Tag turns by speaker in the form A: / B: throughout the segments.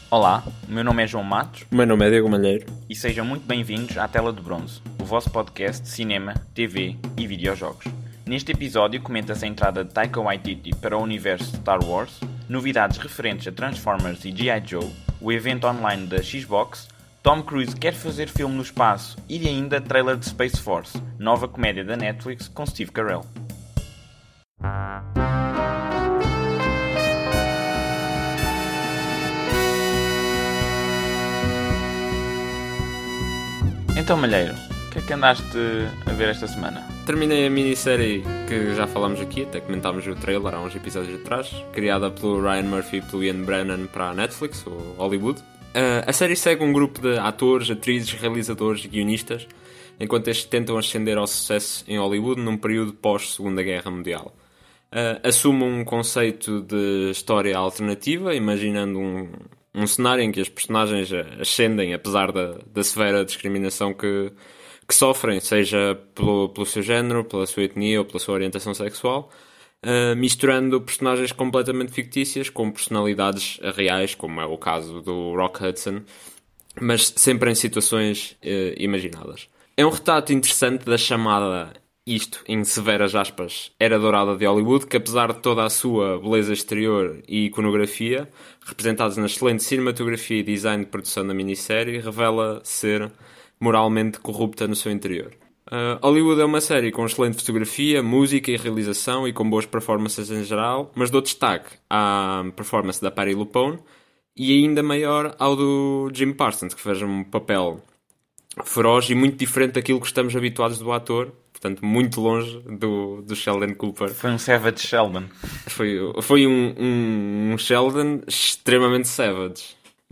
A: Olá, o meu nome é João Matos.
B: O meu nome é Diego Malheiro.
A: E sejam muito bem-vindos à Tela de Bronze, o vosso podcast de cinema, TV e videojogos. Neste episódio comenta-se a entrada de Taika Waititi para o universo de Star Wars, novidades referentes a Transformers e G.I. Joe, o evento online da Xbox, Tom Cruise quer fazer filme no espaço e ainda trailer de Space Force, nova comédia da Netflix com Steve Carell. Então, Malheiro, o que é que andaste a ver esta semana?
B: Terminei a minissérie que já falámos aqui, até comentámos o trailer há uns episódios atrás, criada pelo Ryan Murphy e pelo Ian Brennan para a Netflix, ou Hollywood. A série segue um grupo de atores, atrizes, realizadores e guionistas, enquanto estes tentam ascender ao sucesso em Hollywood num período pós-Segunda Guerra Mundial. Assume um conceito de história alternativa, imaginando um cenário em que as personagens ascendem apesar da severa discriminação que sofrem, seja pelo seu género, pela sua etnia ou pela sua orientação sexual, misturando personagens completamente fictícias com personalidades reais, como é o caso do Rock Hudson, mas sempre em situações imaginadas. É um retrato interessante da chamada, isto em severas aspas, era dourada de Hollywood, que apesar de toda a sua beleza exterior e iconografia, representados na excelente cinematografia e design de produção da minissérie, revela ser moralmente corrupta no seu interior. Hollywood é uma série com excelente fotografia, música e realização e com boas performances em geral, mas dou destaque à performance da Patti LuPone e ainda maior ao do Jim Parsons, que fez um papel feroz e muito diferente daquilo que estamos habituados do ator, portanto muito longe do Sheldon Cooper.
A: Foi um savage Sheldon.
B: Foi um Sheldon extremamente savage.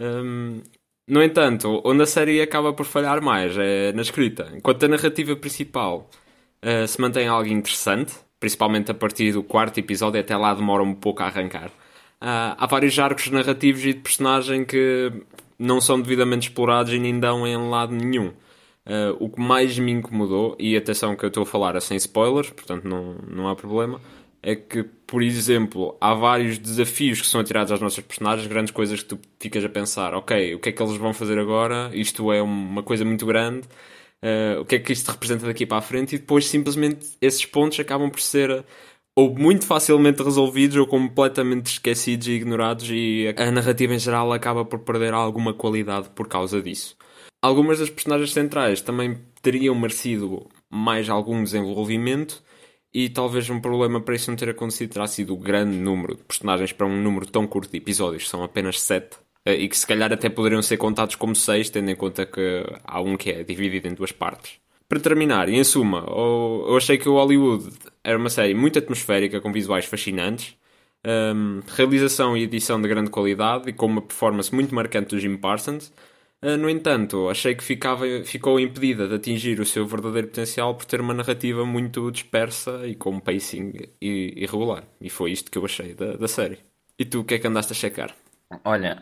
B: No entanto, onde a série acaba por falhar mais é na escrita. Enquanto a narrativa principal se mantém algo interessante, principalmente a partir do quarto episódio, até lá demora um pouco a arrancar. Há vários arcos narrativos e de personagem que não são devidamente explorados e nem dão em lado nenhum. O que mais me incomodou, e atenção que eu estou a falar sem spoilers, portanto não há problema, é que, por exemplo, há vários desafios que são atirados às nossas personagens, grandes coisas que tu ficas a pensar, ok, o que é que eles vão fazer agora? Isto é uma coisa muito grande, o que é que isto representa daqui para a frente? E depois simplesmente esses pontos acabam por ser ou muito facilmente resolvidos ou completamente esquecidos e ignorados, e a narrativa em geral acaba por perder alguma qualidade por causa disso. Algumas das personagens centrais também teriam merecido mais algum desenvolvimento, e talvez um problema para isso não ter acontecido terá sido o grande número de personagens para um número tão curto de episódios, são apenas 7, e que se calhar até poderiam ser contados como 6, tendo em conta que há um que é dividido em 2 partes. Para terminar, e em suma, eu achei que o Hollywood era uma série muito atmosférica, com visuais fascinantes, realização e edição de grande qualidade e com uma performance muito marcante do Jim Parsons. No entanto, achei que ficou impedida de atingir o seu verdadeiro potencial por ter uma narrativa muito dispersa e com um pacing irregular. E foi isto que eu achei da série. E tu, o que é que andaste a checar?
A: Olha,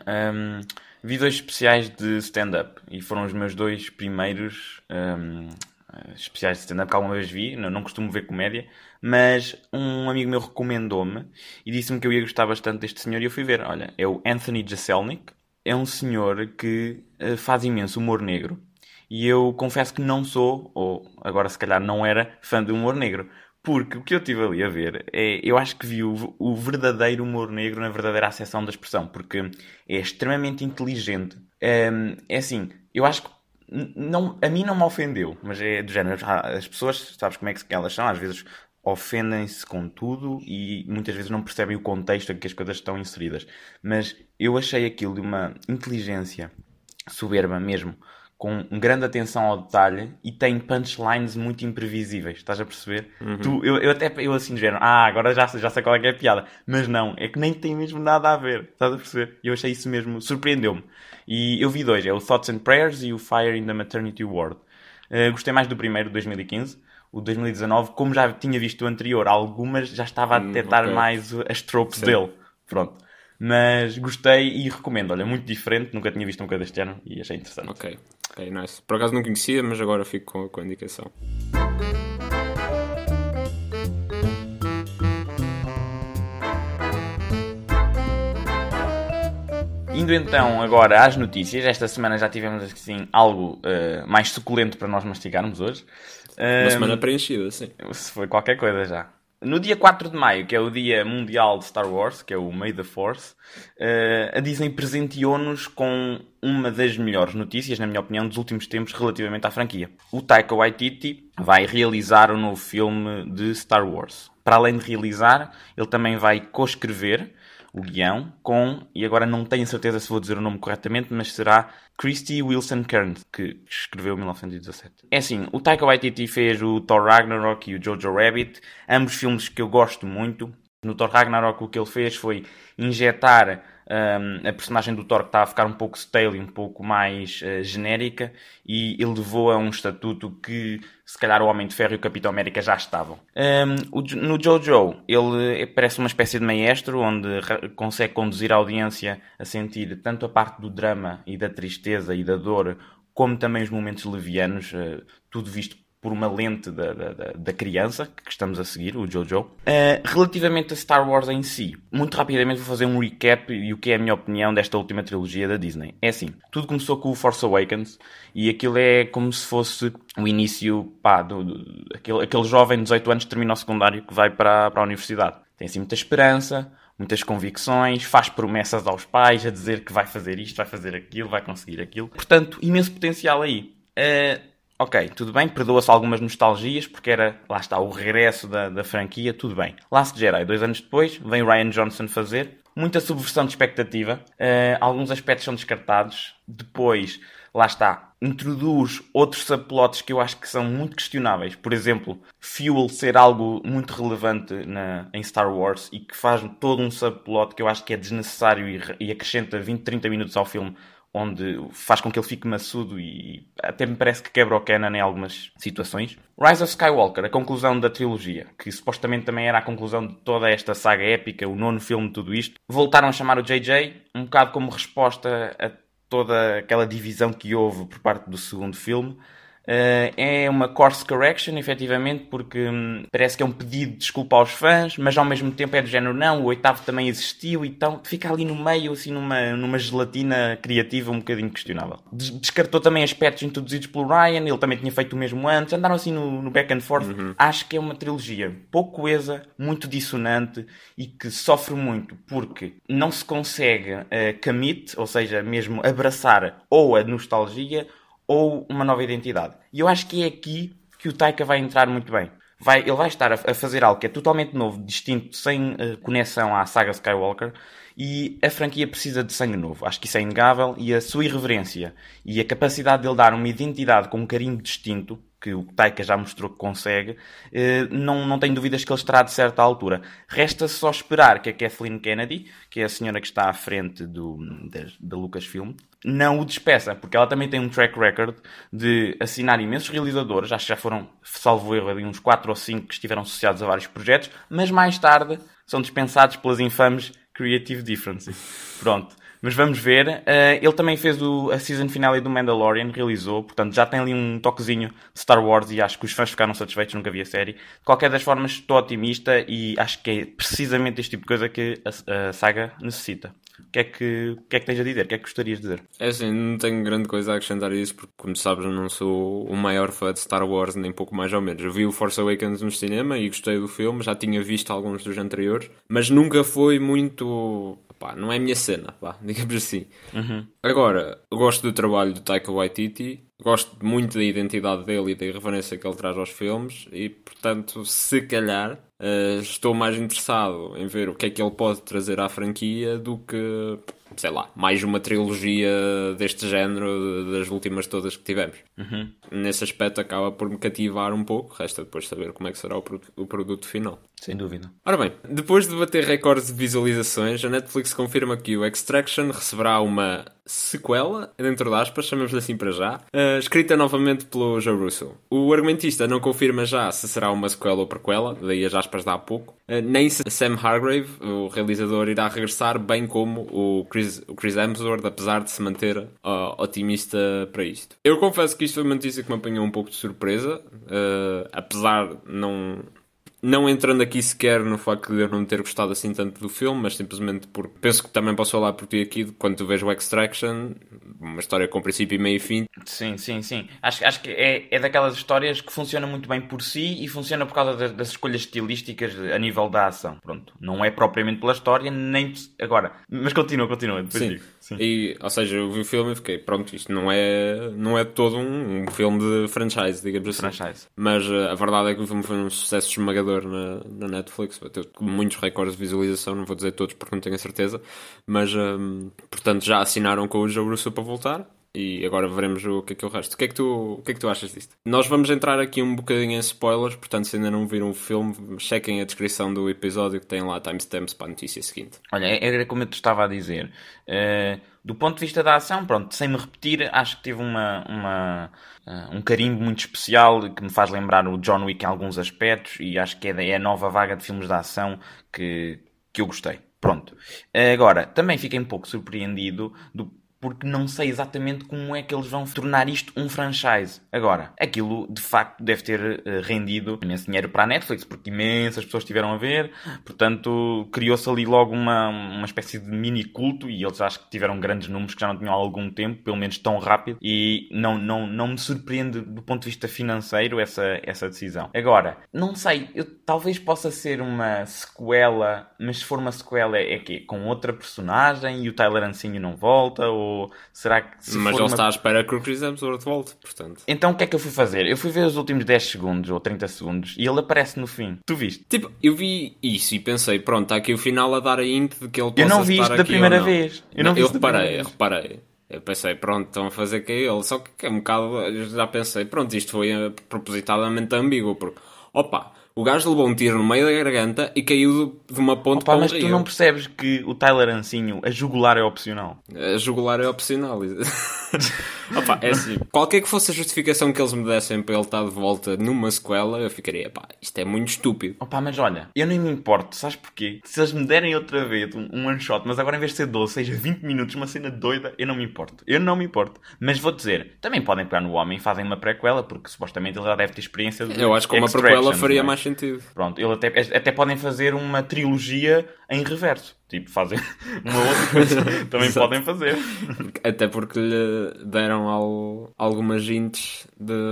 A: vi 2 especiais de stand-up e foram os meus 2 primeiros especiais de stand-up que alguma vez vi. Não costumo ver comédia, mas um amigo meu recomendou-me e disse-me que eu ia gostar bastante deste senhor e eu fui ver. Olha, é o Anthony Jeselnik. É um senhor que faz imenso humor negro. E eu confesso que não sou, ou agora se calhar não era, fã de humor negro. Porque o que eu estive ali a ver eu acho que vi o verdadeiro humor negro na verdadeira acessão da expressão. Porque é extremamente inteligente. É assim, eu acho que a mim não me ofendeu, mas é do género. As pessoas, sabes como é que elas são, às vezes ofendem-se com tudo e muitas vezes não percebem o contexto em que as coisas estão inseridas. Mas eu achei aquilo de uma inteligência soberba mesmo, com grande atenção ao detalhe, e tem punchlines muito imprevisíveis, estás a perceber?
B: Uhum.
A: Eu assim de género, agora já sei qual é que é a piada, mas não, é que nem tem mesmo nada a ver, estás a perceber? Eu achei isso mesmo, surpreendeu-me. E eu vi 2, é o Thoughts and Prayers e o Fire in the Maternity Ward. Gostei mais do primeiro, de 2015. O 2019, como já tinha visto o anterior, algumas já estava a detectar mais as tropes dele. Pronto. Mas gostei e recomendo. Olha, muito diferente, nunca tinha visto uma coisa deste ano e achei interessante.
B: Ok, nice. Por acaso não conhecia, mas agora fico com a indicação.
A: Indo então agora às notícias, esta semana já tivemos assim algo mais suculento para nós mastigarmos hoje.
B: Uma semana preenchida, sim.
A: Se foi qualquer coisa já. No dia 4 de maio, que é o dia mundial de Star Wars, que é o May the Force, a Disney presenteou-nos com uma das melhores notícias, na minha opinião, dos últimos tempos relativamente à franquia. O Taika Waititi vai realizar o novo filme de Star Wars. Para além de realizar, ele também vai co-escrever o guião com, e agora não tenho certeza se vou dizer o nome corretamente, mas será Christy Wilson Cairns, que escreveu 1917. É assim, o Taika Waititi fez o Thor Ragnarok e o Jojo Rabbit, ambos filmes que eu gosto muito. No Thor Ragnarok o que ele fez foi injetar a personagem do Thor, que está a ficar um pouco stale e um pouco mais genérica, e ele levou a um estatuto que se calhar o Homem de Ferro e o Capitão América já estavam. No Jojo ele parece uma espécie de maestro, onde consegue conduzir a audiência a sentir tanto a parte do drama e da tristeza e da dor, como também os momentos levianos, tudo visto por uma lente da criança que estamos a seguir, o Jojo. Relativamente a Star Wars em si, muito rapidamente vou fazer um recap e o que é a minha opinião desta última trilogia da Disney. É assim, tudo começou com o Force Awakens e aquilo é como se fosse o início, aquele jovem de 18 anos que termina o secundário que vai para a universidade. Tem assim muita esperança, muitas convicções, faz promessas aos pais a dizer que vai fazer isto, vai fazer aquilo, vai conseguir aquilo. Portanto, imenso potencial aí. Ok, tudo bem, perdoa-se algumas nostalgias, porque era, lá está, o regresso da franquia, tudo bem. Last Jedi, 2 anos depois, vem Rian Johnson fazer, muita subversão de expectativa, alguns aspectos são descartados, depois, lá está, introduz outros subplots que eu acho que são muito questionáveis, por exemplo, Fuel ser algo muito relevante em Star Wars e que faz todo um subplot que eu acho que é desnecessário e acrescenta 20, 30 minutos ao filme, onde faz com que ele fique maçudo e até me parece que quebra o canon em algumas situações. Rise of Skywalker, a conclusão da trilogia, que supostamente também era a conclusão de toda esta saga épica, o 9º filme de tudo isto. Voltaram a chamar o JJ, um bocado como resposta a toda aquela divisão que houve por parte do 2º filme. É uma course correction, efetivamente, porque parece que é um pedido de desculpa aos fãs, mas ao mesmo tempo é do género não, o 8º também existiu, então fica ali no meio, assim, numa gelatina criativa um bocadinho questionável. Descartou também aspectos introduzidos pelo Ryan, ele também tinha feito o mesmo antes, andaram assim no back and forth. Acho que é uma trilogia pouco coesa, muito dissonante e que sofre muito porque não se consegue commit, ou seja, mesmo abraçar ou a nostalgia ou uma nova identidade. E eu acho que é aqui que o Taika vai entrar muito bem. Ele vai estar a fazer algo que é totalmente novo, distinto, sem conexão à saga Skywalker, e a franquia precisa de sangue novo. Acho que isso é inegável, e a sua irreverência e a capacidade de ele dar uma identidade com um carinho distinto, que o Taika já mostrou que consegue, não tenho dúvidas que ele estará de certa altura. Resta só esperar que a Kathleen Kennedy, que é a senhora que está à frente da Lucasfilm, não o despeça, porque ela também tem um track record de assinar imensos realizadores, acho que já foram, salvo erro, uns 4 ou 5 que estiveram associados a vários projetos, mas mais tarde são dispensados pelas infames Creative Differences. Pronto. Mas vamos ver. Ele também fez a season finale do Mandalorian, realizou, portanto já tem ali um toquezinho de Star Wars e acho que os fãs ficaram satisfeitos, nunca vi a série. De qualquer das formas, estou otimista e acho que é precisamente este tipo de coisa que a saga necessita. O que é que tens a dizer? O que é que gostarias de dizer?
B: É assim, não tenho grande coisa a acrescentar a isso, porque como sabes eu não sou o maior fã de Star Wars, nem pouco mais ou menos. Eu vi o Force Awakens no cinema e gostei do filme, já tinha visto alguns dos anteriores, mas nunca foi muito... não é a minha cena, digamos assim. Agora, eu gosto do trabalho do Taika Waititi, gosto muito da identidade dele e da irreverência que ele traz aos filmes e, portanto, se calhar estou mais interessado em ver o que é que ele pode trazer à franquia do que, sei lá, mais uma trilogia deste género das últimas todas que tivemos. Nesse aspecto acaba por me cativar um pouco, resta depois saber como é que será o produto final.
A: Sem dúvida.
B: Ora bem, depois de bater recordes de visualizações, a Netflix confirma que o Extraction receberá uma sequela, dentro de aspas, chamamos-lhe assim para já, escrita novamente pelo Joe Russo. O argumentista não confirma já se será uma sequela ou prequela, daí as aspas de há pouco, nem se Sam Hargrave, o realizador, irá regressar, bem como o Chris Hemsworth, apesar de se manter otimista para isto. Eu confesso que isto foi uma notícia que me apanhou um pouco de surpresa, apesar de Não entrando aqui sequer no facto de eu não ter gostado assim tanto do filme, mas simplesmente porque penso que também posso falar por ti aqui, quando tu vês o Extraction, uma história com princípio, meio e fim.
A: Sim, sim, sim. Acho que é daquelas histórias que funciona muito bem por si e funciona por causa das escolhas estilísticas a nível da ação. Pronto. Não é propriamente pela história, nem... Agora. Mas continua, depois
B: Sim.
A: digo. Sim.
B: E, ou seja, eu vi o filme e fiquei, pronto, isto não é todo um filme de franchise, digamos assim.
A: Franchise.
B: Mas a verdade é que o filme foi um sucesso esmagador na Netflix, bateu muitos recordes de visualização, não vou dizer todos porque não tenho a certeza, mas portanto já assinaram com o Joe Russo para voltar. E agora veremos o que é o resto. O que é que tu achas disto? Nós vamos entrar aqui um bocadinho em spoilers, portanto, se ainda não viram o filme, chequem a descrição do episódio que tem lá timestamps para a notícia seguinte.
A: Olha, era como eu te estava a dizer. Do ponto de vista da ação, pronto, sem me repetir, acho que teve um carimbo muito especial que me faz lembrar o John Wick em alguns aspectos e acho que é a nova vaga de filmes de ação que eu gostei. Pronto. Agora, também fiquei um pouco surpreendido porque não sei exatamente como é que eles vão tornar isto um franchise. Agora, aquilo de facto deve ter rendido imenso dinheiro para a Netflix, porque imensas pessoas estiveram a ver, portanto criou-se ali logo uma espécie de mini culto e eles acho que tiveram grandes números que já não tinham há algum tempo, pelo menos tão rápido, e não me surpreende do ponto de vista financeiro essa decisão. Agora, não sei, talvez possa ser uma sequela, mas se for uma sequela é quê? Com outra personagem e o Tyler Ancinho não volta, ou será que...
B: Mas ele está à espera que o Chris Hemsworth volte, portanto.
A: Então o que é que eu fui fazer? Eu fui ver os últimos 10 segundos ou 30 segundos e ele aparece no fim. Tu viste?
B: Tipo, eu vi isso e pensei, pronto, está aqui o final a dar a hint de que ele possa
A: eu não vi
B: estar
A: isto da
B: aqui
A: primeira
B: ou não.
A: vez.
B: Eu reparei. Eu pensei, pronto, estão a fazer que é ele. Só que é um bocado... Eu já pensei, pronto, isto foi propositadamente ambíguo, porque... Opa, o gajo levou um tiro no meio da garganta e caiu de uma ponte para um
A: mas
B: rio.
A: tu não percebes que o Tyler Ancinho, a jugular é opcional?
B: A jugular é opcional. Opa, é assim. Qualquer que fosse a justificação que eles me dessem para ele estar de volta numa sequela, eu ficaria, pá, isto é muito estúpido.
A: Mas olha, eu nem me importo, sabes porquê? Se eles me derem outra vez um one shot, mas agora em vez de ser 12, seja 20 minutos, uma cena doida, eu não me importo. Mas vou dizer, também podem pegar no homem e fazem uma prequela, porque supostamente ele já deve ter experiência de...
B: Eu acho que uma prequela faria mais sentido.
A: Pronto, ele até podem fazer uma trilogia em reverso. Tipo, fazem uma outra coisa. Também podem fazer.
B: Até porque lhe deram algumas hints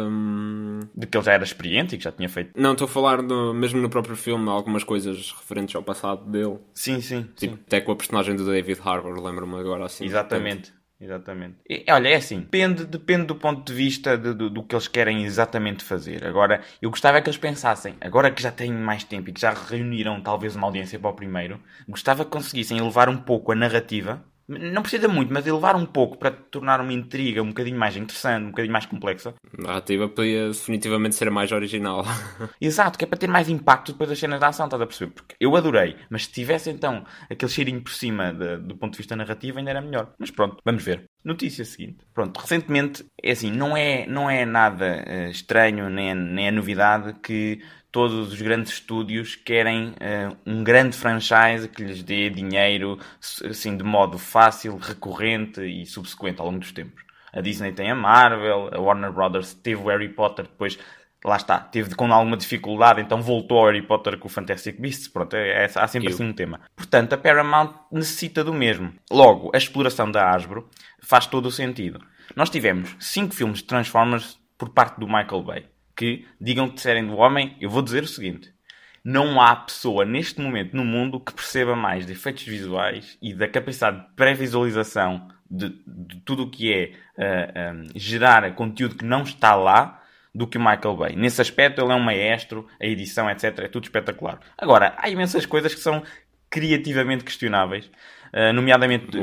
A: de que ele já era experiente e que já tinha feito...
B: Não, estou a falar mesmo no próprio filme, algumas coisas referentes ao passado dele.
A: Sim.
B: Tipo, até com a personagem do David Harbour, lembro-me agora assim.
A: Exatamente. E, olha, é assim, depende do ponto de vista do que eles querem exatamente fazer. Agora, eu gostava que eles pensassem, agora que já têm mais tempo e que já reuniram talvez uma audiência para o primeiro, gostava que conseguissem elevar um pouco a narrativa, não precisa muito, mas elevar um pouco para tornar uma intriga um bocadinho mais interessante, um bocadinho mais complexa.
B: A narrativa podia definitivamente ser mais original.
A: Exato, que é para ter mais impacto depois das cenas de ação, estás a perceber? Porque eu adorei, mas se tivesse então aquele cheirinho por cima do ponto de vista narrativo ainda era melhor. Mas pronto, vamos ver. Notícia seguinte. Pronto, recentemente, é assim, não é nada estranho, nem é novidade que todos os grandes estúdios querem um grande franchise que lhes dê dinheiro assim, de modo fácil, recorrente e subsequente ao longo dos tempos. A Disney tem a Marvel, a Warner Brothers teve o Harry Potter, depois, lá está, teve com alguma dificuldade, então voltou ao Harry Potter com o Fantastic Beasts. Pronto, há sempre assim um tema. Portanto, a Paramount necessita do mesmo. Logo, a exploração da Hasbro faz todo o sentido. Nós tivemos 5 filmes de Transformers por parte do Michael Bay. Que, digam o que disserem do homem, eu vou dizer o seguinte: não há pessoa neste momento no mundo que perceba mais de efeitos visuais e da capacidade de pré-visualização de tudo o que é gerar conteúdo que não está lá do que o Michael Bay. Nesse aspecto ele é um maestro, a edição, etc. É tudo espetacular. Agora, há imensas coisas que são criativamente questionáveis. Nomeadamente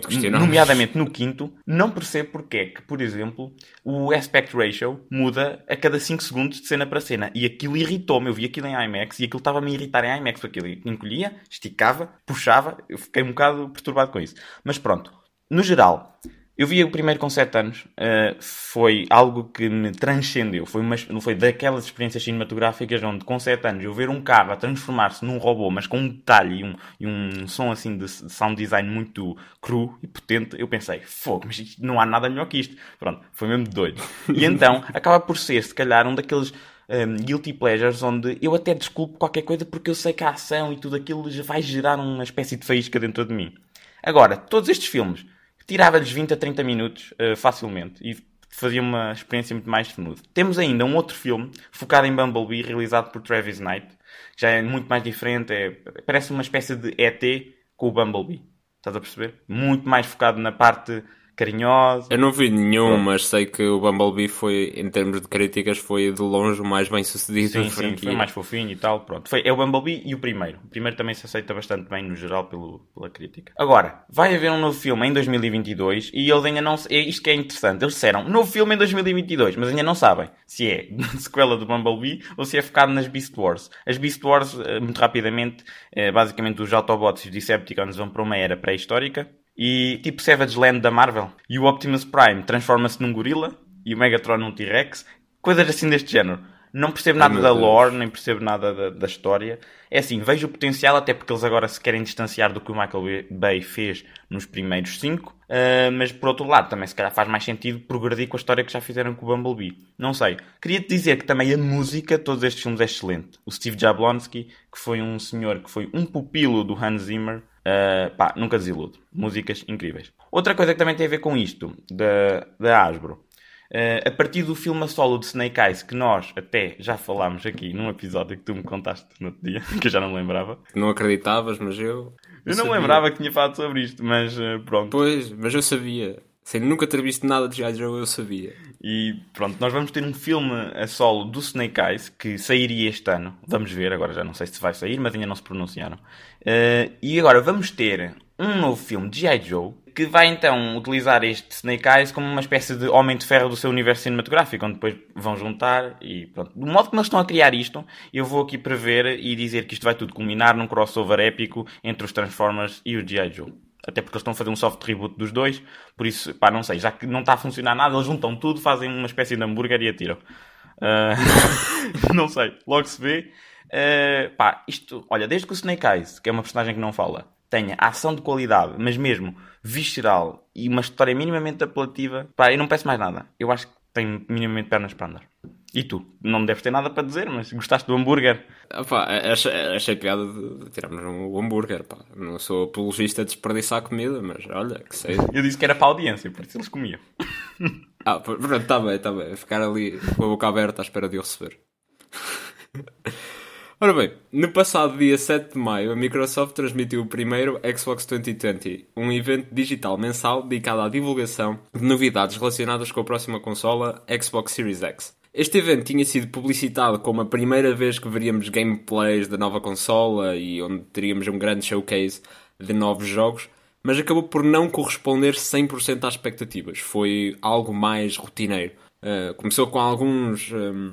A: no quinto, não percebo porque é que, por exemplo, o aspect ratio muda a cada 5 segundos de cena para cena. E aquilo irritou-me. Eu vi aquilo em IMAX e aquilo estava-me a irritar em IMAX. Porque aquilo encolhia, esticava, puxava. Eu fiquei um bocado perturbado com isso. Mas pronto, no geral, eu vi o primeiro com 7 anos. Foi algo que me transcendeu. Foi daquelas experiências cinematográficas onde, com 7 anos, eu ver um carro a transformar-se num robô, mas com um detalhe e um som assim de sound design muito cru e potente, eu pensei, fogo, mas isto, não há nada melhor que isto. Pronto, foi mesmo doido. E então, acaba por ser, se calhar, um daqueles guilty pleasures, onde eu até desculpo qualquer coisa porque eu sei que a ação e tudo aquilo já vai gerar uma espécie de faísca dentro de mim. Agora, todos estes filmes, tirava-lhes 20 a 30 minutos facilmente e fazia uma experiência muito mais smooth. Temos ainda um outro filme focado em Bumblebee, realizado por Travis Knight, que já é muito mais diferente, parece uma espécie de ET com o Bumblebee. Estás a perceber? Muito mais focado na parte carinhosa.
B: Eu não vi nenhum, mas sei que o Bumblebee foi, em termos de críticas, foi de longe o mais bem sucedido da franquia.
A: Sim, foi mais fofinho e tal, pronto. É o Bumblebee e o primeiro. O primeiro também se aceita bastante bem, no geral, pela crítica. Agora, vai haver um novo filme em 2022 e eles ainda não... Isto que é interessante. Eles disseram, novo filme em 2022, mas ainda não sabem se é sequela do Bumblebee ou se é focado nas Beast Wars. As Beast Wars, muito rapidamente, basicamente os Autobots e os Decepticons vão para uma era pré-histórica. E tipo Savage Land da Marvel. E o Optimus Prime transforma-se num gorila. E o Megatron num T-Rex. Coisas assim deste género. Não percebo nada da lore, nem percebo nada da história. É assim, vejo o potencial, até porque eles agora se querem distanciar do que o Michael Bay fez nos primeiros 5. Mas por outro lado, também se calhar faz mais sentido progredir com a história que já fizeram com o Bumblebee. Não sei. Queria-te dizer que também a música de todos estes filmes é excelente. O Steve Jablonsky, que foi um senhor que foi um pupilo do Hans Zimmer, nunca desilude. Músicas incríveis. Outra coisa que também tem a ver com isto, da Hasbro. A partir do filme a solo de Snake Eyes, que nós até já falámos aqui num episódio que tu me contaste no outro dia, que eu já não me lembrava.
B: Não acreditavas, mas eu
A: não me lembrava que tinha falado sobre isto, mas pronto.
B: Pois, mas eu sabia. Sem nunca ter visto nada de G.I. Joe, eu sabia.
A: E pronto, nós vamos ter um filme a solo do Snake Eyes, que sairia este ano. Vamos ver, agora já não sei se vai sair, mas ainda não se pronunciaram. E agora vamos ter um novo filme de G.I. Joe, que vai então utilizar este Snake Eyes como uma espécie de Homem de Ferro do seu universo cinematográfico, onde depois vão juntar e pronto. Do modo que eles estão a criar isto, eu vou aqui prever e dizer que isto vai tudo culminar num crossover épico entre os Transformers e os G.I. Joe. Até porque eles estão a fazer um soft reboot dos dois, por isso, não sei, já que não está a funcionar nada, eles juntam tudo, fazem uma espécie de hambúrguer e atiram. Não sei, logo se vê. Isto, olha, desde que o Snake Eyes, que é uma personagem que não fala, tenha ação de qualidade, mas mesmo visceral e uma história minimamente apelativa, eu não peço mais nada. Eu acho que tenho minimamente pernas para andar. E tu? Não me deves ter nada para dizer, mas gostaste do hambúrguer?
B: Achei piada de tirarmos um hambúrguer, pá. Não sou apologista de desperdiçar comida, mas olha, que seja.
A: Eu disse que era para a audiência, por isso eles comiam.
B: Pronto, está bem. Ficar ali com a boca aberta à espera de eu receber. Ora bem, no passado dia 7 de maio, a Microsoft transmitiu o primeiro Xbox 2020, um evento digital mensal dedicado à divulgação de novidades relacionadas com a próxima consola Xbox Series X. Este evento tinha sido publicitado como a primeira vez que veríamos gameplays da nova consola e onde teríamos um grande showcase de novos jogos, mas acabou por não corresponder 100% às expectativas. Foi algo mais rotineiro. Começou com algumas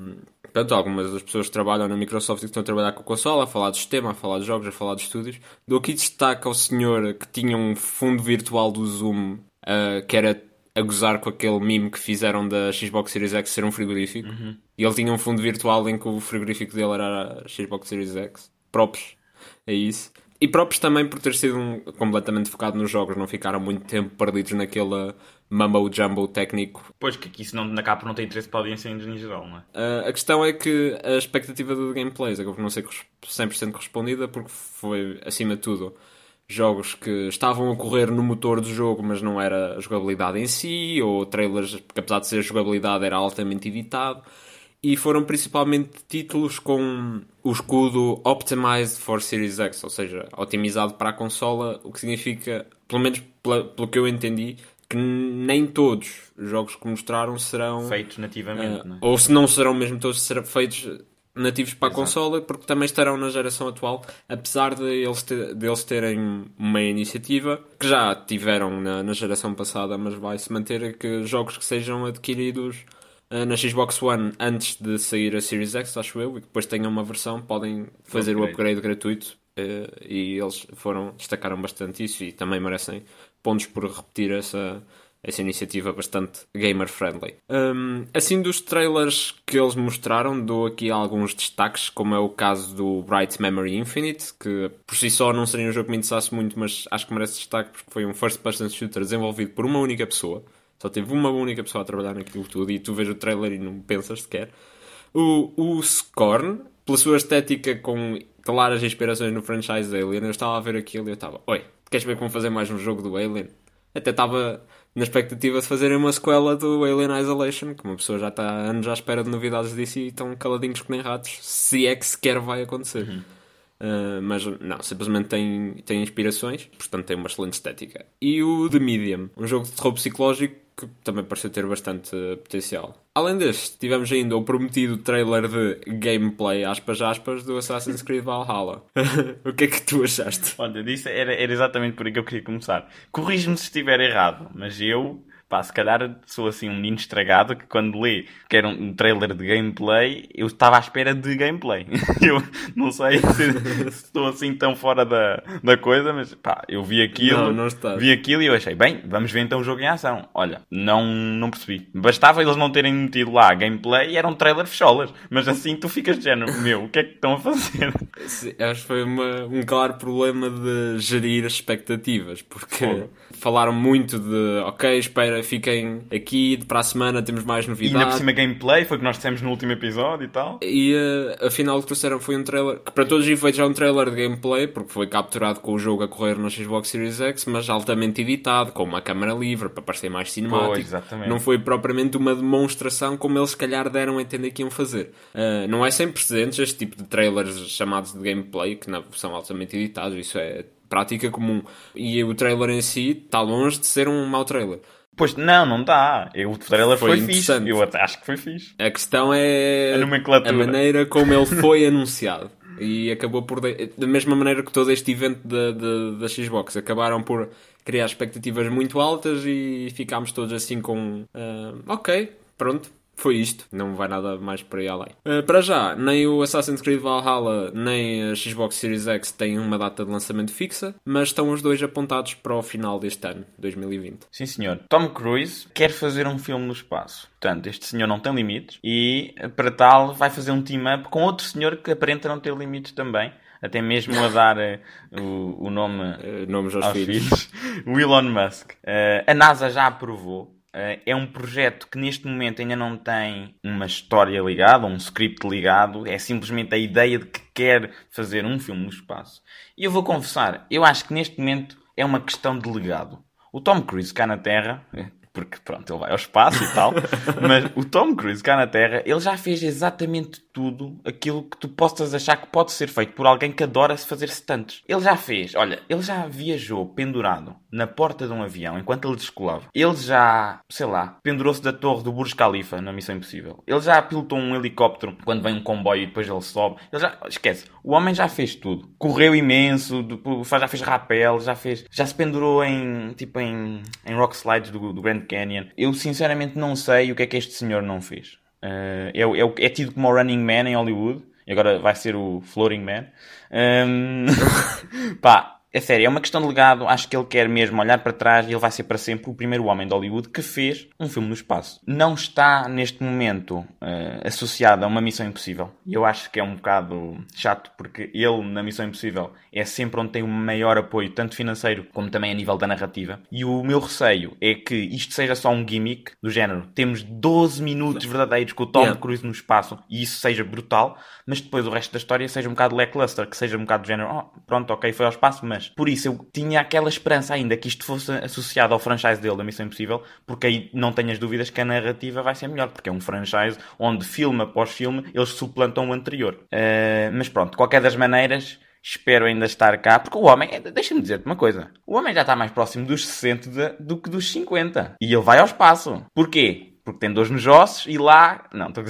B: das pessoas que trabalham na Microsoft e que estão a trabalhar com a consola, a falar do sistema, a falar de jogos, a falar de estúdios. Dou aqui destaque ao senhor que tinha um fundo virtual do Zoom, que era a gozar com aquele meme que fizeram da Xbox Series X ser um frigorífico.
A: Uhum.
B: E ele tinha um fundo virtual em que o frigorífico dele era a Xbox Series X. Props, é isso. E props também por ter sido completamente focado nos jogos, não ficaram muito tempo perdidos naquele mumbo-jumbo técnico.
A: Pois, que isso na capa não tem interesse para a audiência em geral, não é?
B: A questão é que a expectativa do gameplay acabou por não ser 100% correspondida, porque foi, acima de tudo, jogos que estavam a correr no motor do jogo, mas não era a jogabilidade em si, ou trailers que, apesar de ser jogabilidade, era altamente editado. E foram principalmente títulos com o escudo Optimized for Series X, ou seja, otimizado para a consola, o que significa, pelo menos pelo que eu entendi, que nem todos os jogos que mostraram serão
A: feitos nativamente, não é?
B: Ou se não serão mesmo todos feitos nativos para a
A: Exato.
B: consola, porque também estarão na geração atual, apesar de eles terem uma iniciativa que já tiveram na geração passada, mas vai-se manter que jogos que sejam adquiridos na Xbox One antes de sair a Series X, acho eu, e que depois tenham uma versão, podem fazer o upgrade gratuito, e eles destacaram bastante isso e também merecem pontos por repetir essa iniciativa bastante gamer-friendly. Assim, dos trailers que eles mostraram, dou aqui alguns destaques, como é o caso do Bright Memory Infinite, que por si só não seria um jogo que me interessasse muito, mas acho que merece destaque porque foi um first-person shooter desenvolvido por uma única pessoa. Só teve uma única pessoa a trabalhar naquilo tudo e tu vês o trailer e não pensas sequer. O Scorn, pela sua estética com claras inspirações no franchise Alien, eu estava a ver aquilo e eu estava, oi, queres ver como fazer mais um jogo do Alien? Até estava na expectativa de fazerem uma sequela do Alien Isolation, que uma pessoa já está há anos à espera de novidades disso e estão caladinhos que nem ratos, se é que sequer vai acontecer. Mas não, simplesmente tem inspirações, portanto tem uma excelente estética. E o The Medium, um jogo de terror psicológico que também pareceu ter bastante potencial. Além deste, tivemos ainda o prometido trailer de gameplay, aspas, do Assassin's Creed Valhalla. O que é que tu achaste?
A: Olha, disso era exatamente por aí que eu queria começar. Corrige-me se estiver errado, mas eu, pá, se calhar sou assim um menino estragado que quando lê que era um trailer de gameplay, eu estava à espera de gameplay. Eu não sei se estou assim tão fora da coisa, mas pá, eu vi aquilo,
B: Não estás.
A: vi aquilo e eu achei, bem, vamos ver então o jogo em ação. Olha, não percebi. Bastava eles não terem metido lá gameplay e era um trailer fecholas. Mas assim tu ficas de género, meu, o que é que estão a fazer?
B: Sim, acho que foi um claro problema de gerir as expectativas, porque falaram muito de, ok, espera, fiquem aqui, para a semana temos mais
A: E ainda por
B: novidades.
A: cima gameplay, foi o que nós dissemos no último episódio e tal.
B: E afinal o que trouxeram foi um trailer, que para todos os efeitos é um trailer de gameplay, porque foi capturado com o jogo a correr no Xbox Series X, mas altamente editado, com uma câmara livre, para parecer mais cinemático.
A: Pois, exatamente.
B: Não foi propriamente uma demonstração como eles se calhar deram a entender que iam fazer. Não é sem precedentes este tipo de trailers chamados de gameplay, que não são altamente editados, isso é prática comum. E o trailer em si está longe de ser um mau trailer.
A: Pois não dá. O trailer foi fixe.
B: interessante.
A: Eu até acho que foi fixe.
B: A questão é
A: A nomenclatura.
B: a maneira como ele foi anunciado. E acabou por... Da mesma maneira que todo este evento da Xbox. Acabaram por criar expectativas muito altas e ficámos todos assim com... ok, pronto. Foi isto. Não vai nada mais por aí além. Para já, nem o Assassin's Creed Valhalla nem a Xbox Series X têm uma data de lançamento fixa, mas estão os dois apontados para o final deste ano, 2020.
A: Sim, senhor. Tom Cruise quer fazer um filme no espaço. Portanto, este senhor não tem limites e, para tal, vai fazer um team-up com outro senhor que aparenta não ter limites também. Até mesmo a dar o nome
B: Nomes aos
A: aos
B: filhos.
A: filhos. O Elon Musk. A NASA já aprovou. É um projeto que neste momento ainda não tem uma história ligada, um script ligado. É simplesmente a ideia de que quer fazer um filme no espaço. E eu vou confessar, eu acho que neste momento é uma questão de legado. O Tom Cruise cá na Terra... Porque, pronto, ele vai ao espaço e tal. Mas o Tom Cruise cá na Terra, ele já fez exatamente tudo aquilo que tu possas achar que pode ser feito por alguém que adora fazer stunts. Ele já fez, olha, ele já viajou pendurado na porta de um avião enquanto ele descolava. Ele já, sei lá, pendurou-se da torre do Burj Khalifa na Missão Impossível. Ele já pilotou um helicóptero quando vem um comboio e depois ele sobe. Ele já, esquece, o homem já fez tudo. Correu imenso, já fez rapel, já se pendurou em rock slides do Grand Canyon. Eu sinceramente não sei o que é que este senhor não fez. É tido como o Running Man em Hollywood. E agora vai ser o Floating Man. Pá, é sério, é uma questão de legado. Acho que ele quer mesmo olhar para trás e ele vai ser para sempre o primeiro homem de Hollywood que fez um filme no espaço. Não está neste momento associado a uma Missão Impossível. E eu acho que é um bocado chato porque ele na Missão Impossível é sempre onde tem o maior apoio, tanto financeiro como também a nível da narrativa. E o meu receio é que isto seja só um gimmick do género. Temos 12 minutos verdadeiros com o Tom Cruise no espaço e isso seja brutal, mas depois o resto da história seja um bocado lackluster, que seja um bocado do género, pronto, ok, foi ao espaço, mas por isso eu tinha aquela esperança ainda que isto fosse associado ao franchise dele da Missão Impossível, porque aí não tenho as dúvidas que a narrativa vai ser melhor, porque é um franchise onde filme após filme eles suplantam o anterior. Mas pronto, de qualquer das maneiras, espero ainda estar cá, porque o homem, deixa-me dizer-te uma coisa, o homem já está mais próximo dos 60 do que dos 50. E ele vai ao espaço. Porquê? Porque tem dores nos ossos e lá... Não, estou a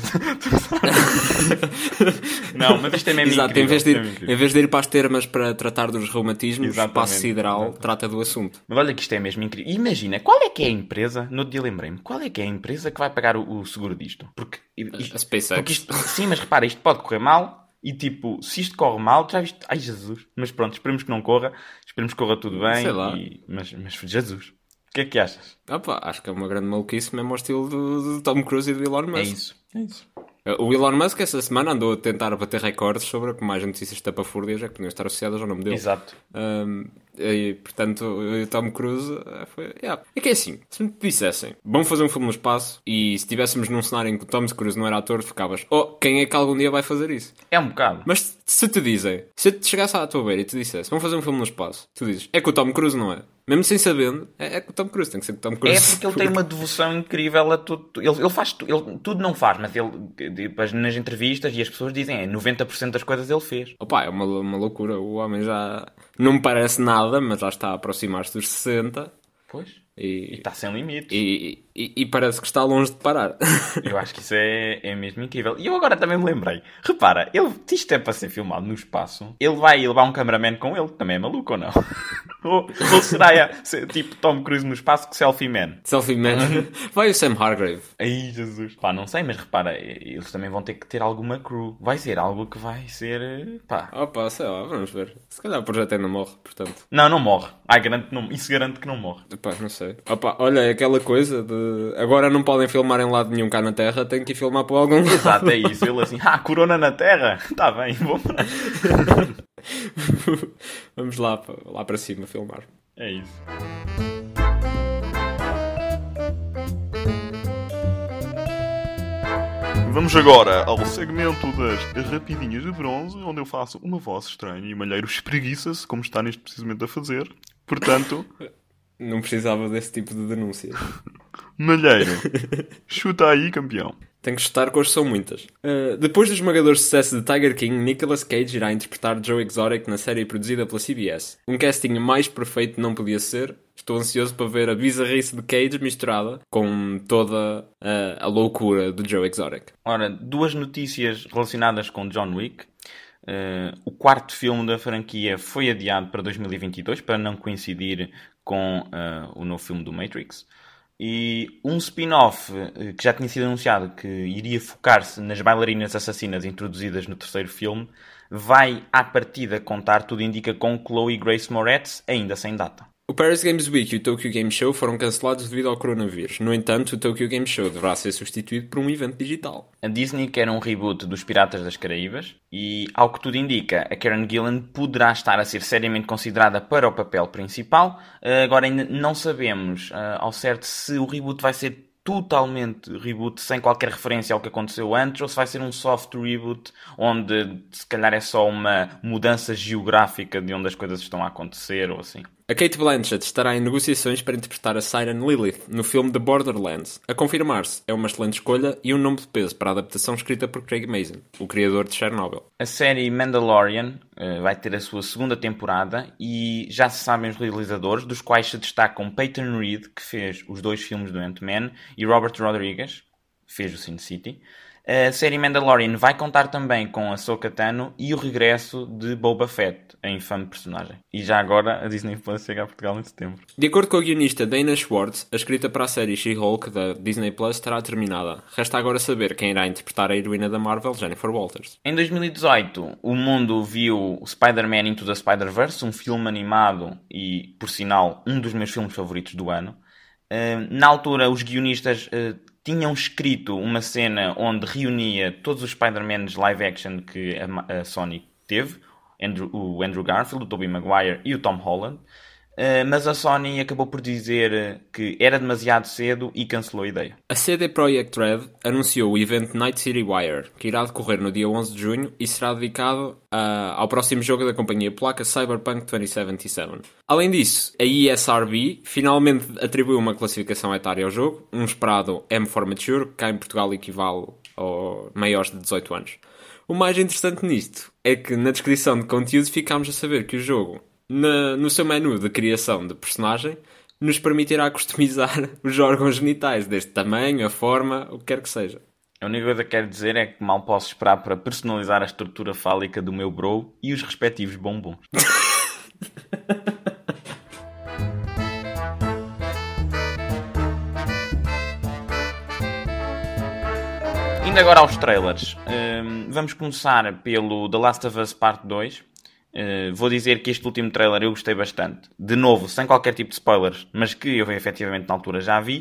A: Não, mas isto é mesmo
B: Exato,
A: incrível.
B: em vez de ir para as termas para tratar dos reumatismos, o espaço sideral trata do assunto.
A: Mas olha que isto é mesmo incrível. Imagina, qual é que é a empresa, no outro dia lembrei-me, qual é que é a empresa que vai pagar o seguro disto? Porque
B: a SpaceX.
A: Porque sim, mas repara, isto pode correr mal e tipo, se isto corre mal, já viste? Ai Jesus. Mas pronto, esperemos que não corra, esperemos que corra tudo bem.
B: Sei lá.
A: Mas Jesus. O que é que achas?
B: Acho que é uma grande maluquice mesmo ao estilo do Tom Cruise e do Elon Musk.
A: É isso.
B: O Elon Musk essa semana andou a tentar bater recordes sobre como mais notícias estapafúrdias é que podiam estar associadas ao nome dele.
A: Exato.
B: E, portanto, o Tom Cruise foi... Yeah. É que é assim, se me dissessem, vamos fazer um filme no espaço e se estivéssemos num cenário em que o Tom Cruise não era ator, ficavas, quem é que algum dia vai fazer isso?
A: É um bocado.
B: Mas se te dizem, se eu te chegasse à tua beira e te dissesse, vamos fazer um filme no espaço, tu dizes, é que o Tom Cruise não é. Mesmo sem sabendo, é que o Tom Cruise tem que ser que o Tom Cruise.
A: É porque ele tem uma devoção incrível a tudo. Ele faz tudo não faz, mas ele depois, nas entrevistas e as pessoas dizem 90% das coisas ele fez.
B: Opa, é uma loucura. O homem já não me parece nada, mas já está a aproximar-se dos 60.
A: Pois. E está sem limites.
B: E parece que está longe de parar.
A: Eu acho que isso é mesmo incrível. E eu agora também me lembrei. Repara, isto é para ser filmado no espaço. Ele vai levar um cameraman com ele. Também é maluco ou não? ou será tipo Tom Cruise no espaço com Selfie Man?
B: Selfie Man. Vai o Sam Hargrave.
A: Ai, Jesus. Pá, não sei, mas repara, eles também vão ter que ter alguma crew. Vai ser algo que vai ser... Pá.
B: Opa, sei lá, vamos ver. Se calhar o projeto ainda morre, portanto.
A: Não morre. Isso garante que não morre.
B: Pá, não sei. Opa, olha, é aquela coisa de... Agora não podem filmar em lado nenhum cá na Terra, tem que ir filmar para algum lado.
A: Exato, é isso. Ele assim, corona na Terra? Está bem, vou para...
B: Vamos lá para cima filmar.
A: É isso.
C: Vamos agora ao segmento das rapidinhas de bronze, onde eu faço uma voz estranha e o Malheiro espreguiça-se, como está neste precisamente a fazer. Portanto...
B: Não precisava desse tipo de denúncia.
C: Malheiro, chuta aí, campeão.
B: Tenho que chutar, que hoje são muitas. Depois do esmagador sucesso de Tiger King, Nicolas Cage irá interpretar Joe Exotic na série produzida pela CBS. Um casting mais perfeito não podia ser. Estou ansioso para ver a bizarrice de Cage misturada com toda a loucura do Joe Exotic.
A: Ora, 2 notícias relacionadas com John Wick. O 4º filme da franquia foi adiado para 2022 para não coincidir com o novo filme do Matrix. E um spin-off que já tinha sido anunciado, que iria focar-se nas bailarinas assassinas introduzidas no 3º filme, vai à partida contar, tudo indica, com Chloe Grace Moretz, ainda sem data.
B: O Paris Games Week e o Tokyo Game Show foram cancelados devido ao coronavírus. No entanto, o Tokyo Game Show deverá ser substituído por um evento digital.
A: A Disney quer um reboot dos Piratas das Caraíbas e, ao que tudo indica, a Karen Gillan poderá estar a ser seriamente considerada para o papel principal. Agora ainda não sabemos ao certo se o reboot vai ser totalmente reboot, sem qualquer referência ao que aconteceu antes, ou se vai ser um soft reboot, onde se calhar é só uma mudança geográfica de onde as coisas estão a acontecer, ou assim.
B: A Cate Blanchett estará em negociações para interpretar a Siren Lilith no filme The Borderlands. A confirmar-se, é uma excelente escolha e um nome de peso para a adaptação escrita por Craig Mazin, o criador de Chernobyl.
A: A série Mandalorian vai ter a sua 2ª temporada e já se sabem os realizadores, dos quais se destacam Peyton Reed, que fez os 2 filmes do Ant-Man, e Robert Rodriguez, que fez o Sin City. A série Mandalorian vai contar também com Ahsoka Tano e o regresso de Boba Fett, a infame personagem. E já agora a Disney Plus chega a Portugal em setembro.
B: De acordo com a guionista Dana Schwartz, a escrita para a série She-Hulk da Disney Plus estará terminada. Resta agora saber quem irá interpretar a heroína da Marvel, Jennifer Walters.
A: Em 2018, o mundo viu o Spider-Man Into the Spider-Verse, um filme animado e, por sinal, um dos meus filmes favoritos do ano. Na altura, os guionistas tinham escrito uma cena onde reunia todos os Spider-Mans live action que a Sony teve, o Andrew Garfield, o Tobey Maguire e o Tom Holland, mas a Sony acabou por dizer que era demasiado cedo e cancelou a ideia.
B: A CD Projekt Red anunciou o evento Night City Wire, que irá decorrer no dia 11 de junho e será dedicado ao próximo jogo da companhia polaca Cyberpunk 2077. Além disso, a ESRB finalmente atribuiu uma classificação etária ao jogo, um esperado M for Mature, que cá em Portugal equivale aos maiores de 18 anos. O mais interessante nisto é que na descrição de conteúdo ficámos a saber que o jogo, no seu menu de criação de personagem, nos permitirá customizar os órgãos genitais, deste tamanho, a forma, o que quer que seja.
A: A única coisa que quero dizer é que mal posso esperar para personalizar a estrutura fálica do meu bro e os respectivos bombons. Indo agora aos trailers. Vamos começar pelo The Last of Us Part 2. Vou dizer que este último trailer eu gostei bastante. De novo, sem qualquer tipo de spoilers, mas que eu efetivamente na altura já vi.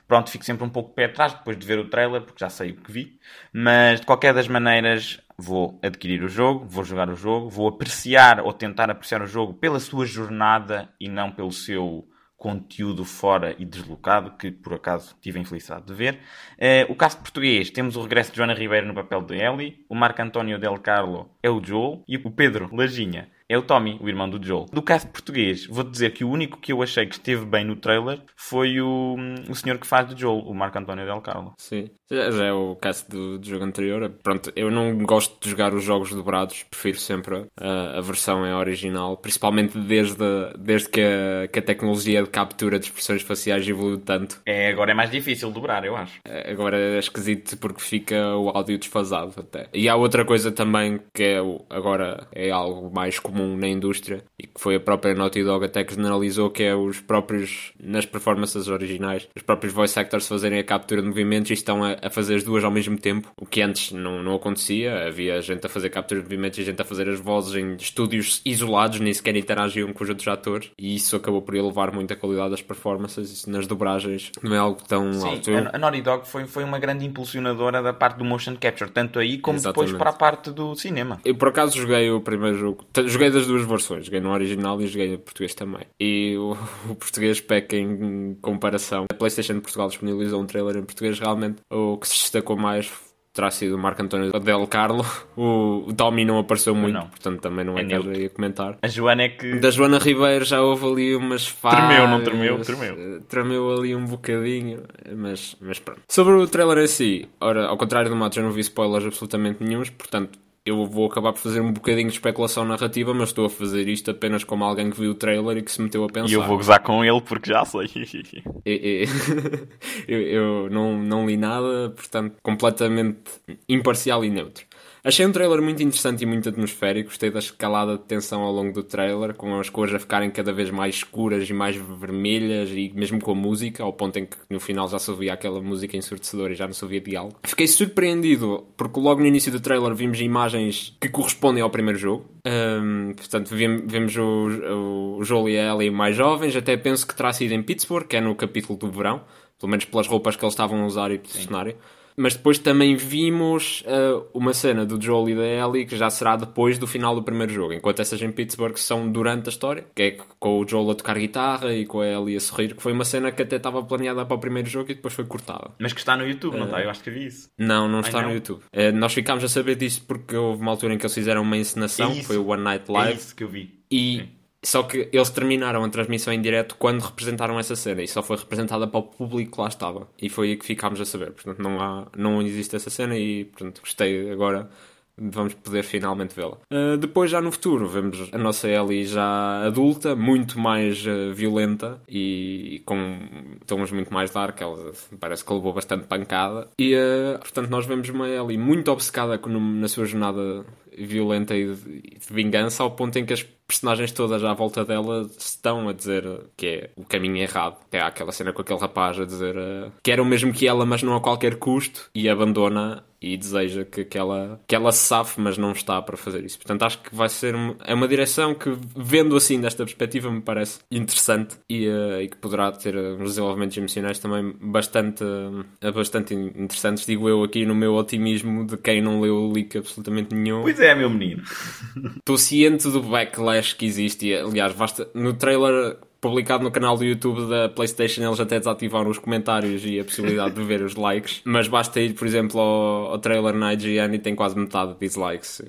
A: pronto, fico sempre um pouco de pé atrás depois de ver o trailer, porque já sei o que vi. Mas, de qualquer das maneiras, vou adquirir o jogo, vou jogar o jogo, vou apreciar ou tentar apreciar o jogo pela sua jornada e não pelo seu conteúdo fora e deslocado, que por acaso tive a infelicidade de ver. O cast português, temos o regresso de Joana Ribeiro no papel de Ellie, o Marco António Del Carlo é o Joel e o Pedro Lajinha é o Tommy, o irmão do Joel. Do cast português, vou dizer que o único que eu achei que esteve bem no trailer foi o senhor que faz de Joel, o Marco António Del Carlo.
B: Sim, já é o cast do jogo anterior. Pronto, eu não gosto de jogar os jogos dobrados, prefiro sempre a versão em original, principalmente desde que a tecnologia de captura de expressões faciais evoluiu tanto.
A: Agora é mais difícil dobrar, eu acho.
B: Agora é esquisito porque fica o áudio desfasado até. E há outra coisa também que agora é algo mais comum na indústria e que foi a própria Naughty Dog até que generalizou, que é os próprios, nas performances originais, os próprios voice actors fazerem a captura de movimentos e estão a fazer as duas ao mesmo tempo, o que antes não acontecia. Havia gente a fazer captura de movimentos e gente a fazer as vozes em estúdios isolados, nem sequer interagiam com os outros atores, e isso acabou por elevar muito a qualidade das performances. Isso nas dobragens não é algo tão alto.
A: A Naughty Dog foi uma grande impulsionadora da parte do motion capture, tanto aí como depois para a parte do cinema.
B: Eu por acaso joguei o primeiro jogo, joguei das duas versões, joguei no original e joguei no português também. E o português peca em comparação. A PlayStation de Portugal disponibilizou um trailer em português, realmente o que se destacou mais terá sido o Marco António Del Carlo. O Tommy não apareceu muito, portanto também não é que eu ia comentar.
A: A Joana é que...
B: Da Joana Ribeiro já houve ali umas falhas.
C: Tremeu, não tremeu?
B: Tremeu ali um bocadinho, mas pronto. Sobre o trailer em si, ora, ao contrário do Matos, eu não vi spoilers absolutamente nenhuns, portanto eu vou acabar por fazer um bocadinho de especulação narrativa, mas estou a fazer isto apenas como alguém que viu o trailer e que se meteu a pensar.
C: E eu vou gozar com ele porque já sei.
B: Eu não li nada, portanto, completamente imparcial e neutro. Achei um trailer muito interessante e muito atmosférico. Gostei da escalada de tensão ao longo do trailer, com as cores a ficarem cada vez mais escuras e mais vermelhas, e mesmo com a música, ao ponto em que no final já se ouvia aquela música ensurdecedora e já não se ouvia diálogo. Fiquei surpreendido, porque logo no início do trailer vimos imagens que correspondem ao primeiro jogo. Portanto, vemos o Joel e a Ellie mais jovens. Até penso que terá sido em Pittsburgh, que é no capítulo do verão, pelo menos pelas roupas que eles estavam a usar e pelo cenário. Mas depois também vimos uma cena do Joel e da Ellie que já será depois do final do primeiro jogo, enquanto essas em Pittsburgh são durante a história, que é com o Joel a tocar guitarra e com a Ellie a sorrir, que foi uma cena que até estava planeada para o primeiro jogo e depois foi cortada.
A: Mas que está no YouTube, não está? Eu acho que vi isso.
B: Não está no YouTube. Nós ficámos a saber disso porque houve uma altura em que eles fizeram uma encenação, que foi o One Night Live.
A: É isso que eu vi.
B: Só que eles terminaram a transmissão em direto quando representaram essa cena e só foi representada para o público que lá estava. E foi aí que ficámos a saber. Portanto, não existe essa cena e, portanto, gostei agora. Vamos poder finalmente vê-la. Depois, já no futuro, vemos a nossa Ellie já adulta, muito mais violenta e com tons muito mais dark. Ela parece que levou bastante pancada. E, portanto, nós vemos uma Ellie muito obcecada na sua jornada violenta e de vingança, ao ponto em que as personagens todas à volta dela estão a dizer que é o caminho errado. É aquela cena com aquele rapaz a dizer que era o mesmo que ela, mas não a qualquer custo, e abandona e deseja que ela se safe, mas não está para fazer isso. Portanto, acho que vai ser uma direção que, vendo assim desta perspectiva, me parece interessante e que poderá ter uns desenvolvimentos emocionais também bastante interessantes, digo eu aqui no meu otimismo de quem não leu o leak absolutamente nenhum.
A: Pois é, meu menino.
B: Estou ciente do backlash que existe e, aliás, basta no trailer publicado no canal do YouTube da PlayStation, eles até desativaram os comentários e a possibilidade de ver os likes, mas basta ir, por exemplo, ao trailer na IGN e tem quase metade de dislikes.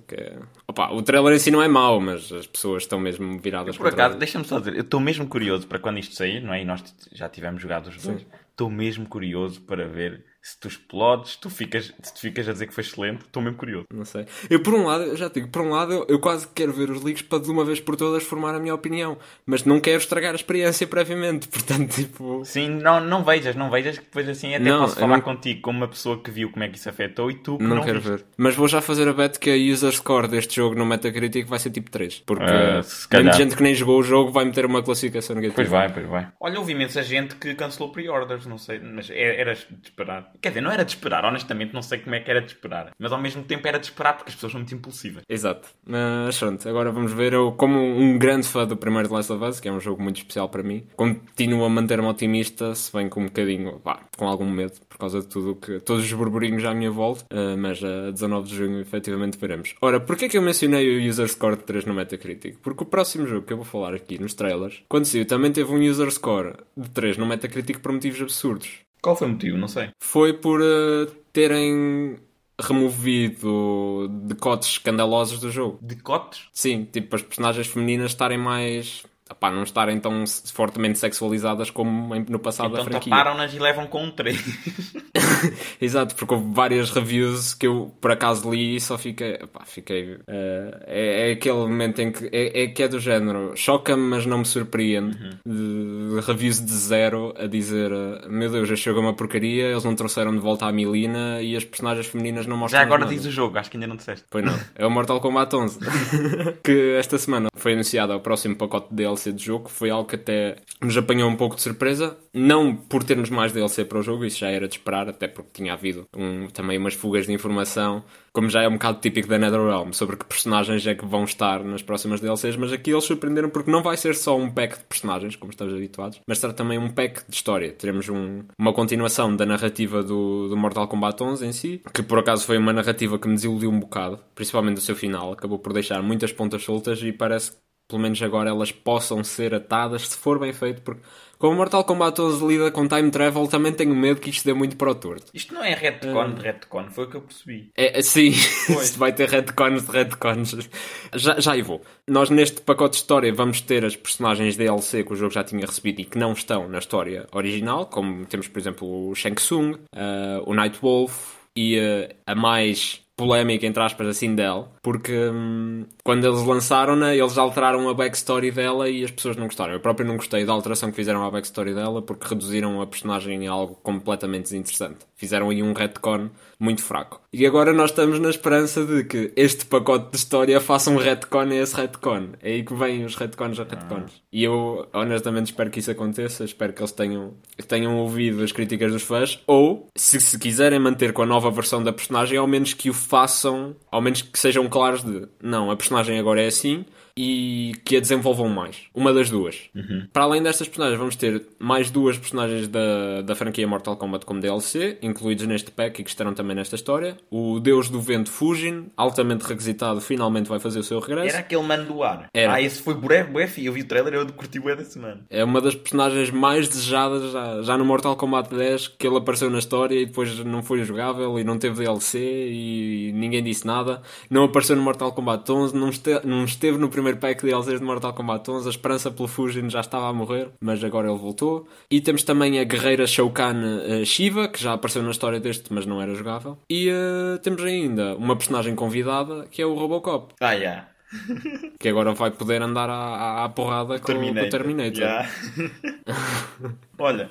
B: O trailer em si não é mau, mas as pessoas estão mesmo viradas
A: por acaso, deixa-me só dizer, eu estou mesmo curioso para quando isto sair, não é? E nós já tivemos jogado os dois. Estou mesmo curioso para ver se tu explodes, se tu ficas a dizer que foi excelente. Estou mesmo curioso.
B: Não sei. Eu, por um lado, eu quase quero ver os leaks para de uma vez por todas formar a minha opinião. Mas não quero estragar a experiência previamente. Portanto, tipo...
A: Sim, não vejas que depois assim até posso falar contigo como uma pessoa que viu como é que isso afetou e tu que não
B: quero
A: viste.
B: ver. Mas vou já fazer a bet que a user score deste jogo no Metacritic vai ser tipo 3. Porque muita gente que nem jogou o jogo vai meter uma classificação negativa.
A: Pois vai. Olha, houve imensa gente que cancelou pre-orders, não sei, mas era de esperar. esperar. Quer dizer, não era de esperar, honestamente não sei como é que era de esperar. Mas ao mesmo tempo era de esperar porque as pessoas são muito impulsivas.
B: Exato. Mas pronto, agora vamos ver. Eu, como um grande fã do primeiro The Last of Us, que é um jogo muito especial para mim, continuo a manter-me otimista, se bem com um bocadinho, com algum medo, por causa de todos os burburinhos à minha volta. Mas a 19 de junho, efetivamente, veremos. Ora, porquê que eu mencionei o User Score de 3 no Metacritic? Porque o próximo jogo que eu vou falar aqui nos trailers, quando saiu, também teve um User Score de 3 no Metacritic por motivos absurdos.
A: Qual foi o motivo? Não sei.
B: Foi por terem removido decotes escandalosos do jogo.
A: Decotes?
B: Sim, tipo as personagens femininas estarem mais... não estarem tão fortemente sexualizadas como no passado da
A: então
B: franquia.
A: taparam-nas e levam com um 3.
B: Exato, porque houve várias reviews que eu por acaso li e só fiquei... é aquele momento em que é do género choca-me, mas não me surpreende. De reviews de zero a dizer meu Deus, este jogo é uma porcaria, eles não trouxeram de volta a Milena e as personagens femininas não mostram
A: Já agora
B: nada.
A: diz o jogo, acho que ainda não disseste.
B: Pois não, é o Mortal Kombat 11 que esta semana foi anunciado o próximo pacote de DLC de jogo. Foi algo que até nos apanhou um pouco de surpresa, não por termos mais DLC para o jogo, isso já era de esperar, até porque tinha havido também umas fugas de informação, como já é um bocado típico da NetherRealm, sobre que personagens é que vão estar nas próximas DLCs, mas aqui eles surpreenderam porque não vai ser só um pack de personagens, como estamos habituados, mas será também um pack de história. Teremos uma continuação da narrativa do Mortal Kombat 11 em si, que por acaso foi uma narrativa que me desiludiu um bocado, principalmente o seu final, acabou por deixar muitas pontas soltas e parece que pelo menos agora elas possam ser atadas se for bem feito, porque como Mortal Kombat 11 lida com time travel, também tenho medo que isto dê muito para o torto.
A: Isto não é retcon de retcon, foi o que eu percebi.
B: Sim, isto vai ter retcons de retcons. Já aí vou. Nós neste pacote de história vamos ter as personagens DLC que o jogo já tinha recebido e que não estão na história original, como temos por exemplo o Shang Tsung, o Nightwolf e a mais polémica, entre aspas, a Sindel, porque quando eles lançaram-na, eles alteraram a backstory dela e as pessoas não gostaram. Eu próprio não gostei da alteração que fizeram à backstory dela, porque reduziram a personagem a algo completamente desinteressante. Fizeram aí um retcon muito fraco. E agora nós estamos na esperança de que este pacote de história faça um retcon a esse retcon. É aí que vêm os retcons a retcons. E eu, honestamente, espero que isso aconteça. Espero que eles tenham ouvido as críticas dos fãs. Ou, se quiserem manter com a nova versão da personagem, ao menos que o façam, ao menos que sejam claros de não, a personagem agora é assim, e que a desenvolvam mais. Uma das duas. Para além destas personagens, vamos ter mais duas personagens da franquia Mortal Kombat como DLC, incluídos neste pack e que estarão também nesta história. O Deus do Vento Fujin, altamente requisitado, finalmente vai fazer o seu regresso.
A: Era aquele mano do ar.
B: Era.
A: Esse foi bué, eu vi o trailer e eu curti bué desse mano.
B: É uma das personagens mais desejadas já no Mortal Kombat 10, que ele apareceu na história e depois não foi jogável e não teve DLC e ninguém disse nada. Não apareceu no Mortal Kombat 11, não esteve no primeiro pack de DLCs de Mortal Kombat 11. A esperança pelo Fujin já estava a morrer, mas agora ele voltou. E temos também a guerreira Shao Kahn Shiva, que já apareceu na história deste, mas não era jogável. E temos ainda uma personagem convidada, que é o Robocop.
A: Yeah.
B: Que agora vai poder andar à porrada com o Terminator.
A: Yeah. Olha,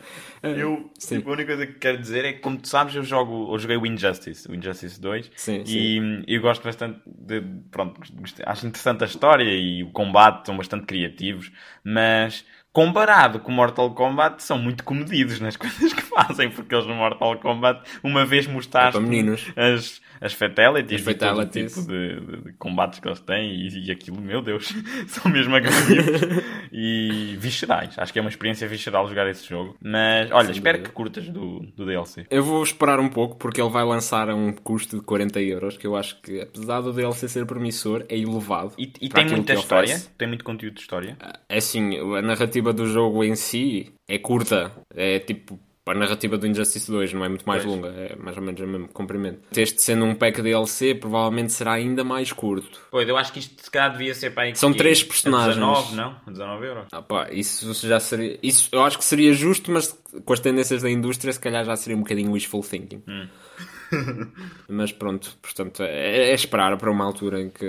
A: a única coisa que quero dizer é que, como tu sabes, eu joguei o Injustice 2, e eu gosto bastante acho interessante a história e o combate, são bastante criativos, mas comparado com Mortal Kombat são muito comedidos nas coisas que fazem, porque eles no Mortal Kombat uma vez mostraste as fatalities e todo o tipo de combates que eles têm e aquilo, meu Deus, são mesmo agressivos e viscerais. Acho que é uma experiência visceral jogar esse jogo, mas olha, espero que curtas do DLC.
B: Eu vou esperar um pouco porque ele vai lançar a um custo de 40€, que eu acho que, apesar do DLC ser promissor, é elevado.
A: E tem muita história? Tem muito conteúdo de história?
B: É assim, a narrativa do jogo em si é curta, é tipo a narrativa do Injustice 2, não é muito mais longa, é mais ou menos o mesmo comprimento. Este sendo um pack DLC, provavelmente será ainda mais curto.
A: Pois, eu acho que isto se calhar devia ser para aí.
B: São 3 personagens.
A: 19, não? 19€.
B: Isso já seria. Isso eu acho que seria justo, mas com as tendências da indústria, se calhar já seria um bocadinho wishful thinking. Mas pronto, portanto, é esperar para uma altura em que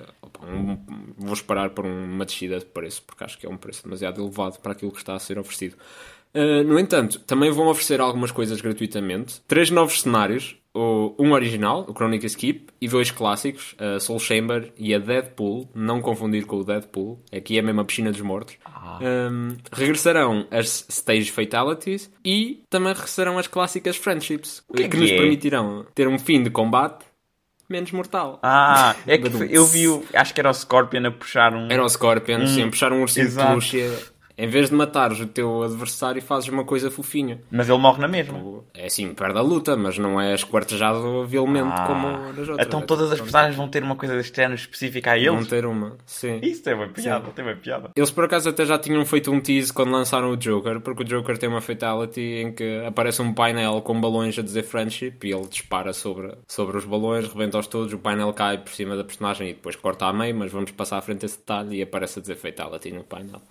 B: vou esperar por uma descida de preço, porque acho que é um preço demasiado elevado para aquilo que está a ser oferecido. No entanto, também vão oferecer algumas coisas gratuitamente. 3 novos cenários, um original, o Chronic Escape, e 2 clássicos, a Soul Chamber e a Deadpool, não confundir com o Deadpool, aqui é mesmo a Piscina dos Mortos. Regressarão as Stage Fatalities e também regressarão as clássicas Friendships, que nos permitirão ter um fim de combate menos mortal.
A: É que eu vi, acho que era o Scorpion a puxar um...
B: Era o Scorpion, sim, a puxar um ursinho de pelúcia. Em vez de matares o teu adversário, fazes uma coisa fofinha.
A: Mas ele morre na mesma.
B: É assim, perde a luta, mas não é esquartejado vilmente como nas outras.
A: Então todas as personagens vão ter uma coisa deste género específica a eles?
B: Vão ter uma, sim.
A: Isso tem uma piada, tem uma piada.
B: Eles por acaso até já tinham feito um tease quando lançaram o Joker, porque o Joker tem uma fatality em que aparece um painel com balões a dizer friendship e ele dispara sobre os balões, rebenta-os todos, o painel cai por cima da personagem e depois corta a meio, mas vamos passar à frente esse detalhe e aparece a dizer fatality no painel.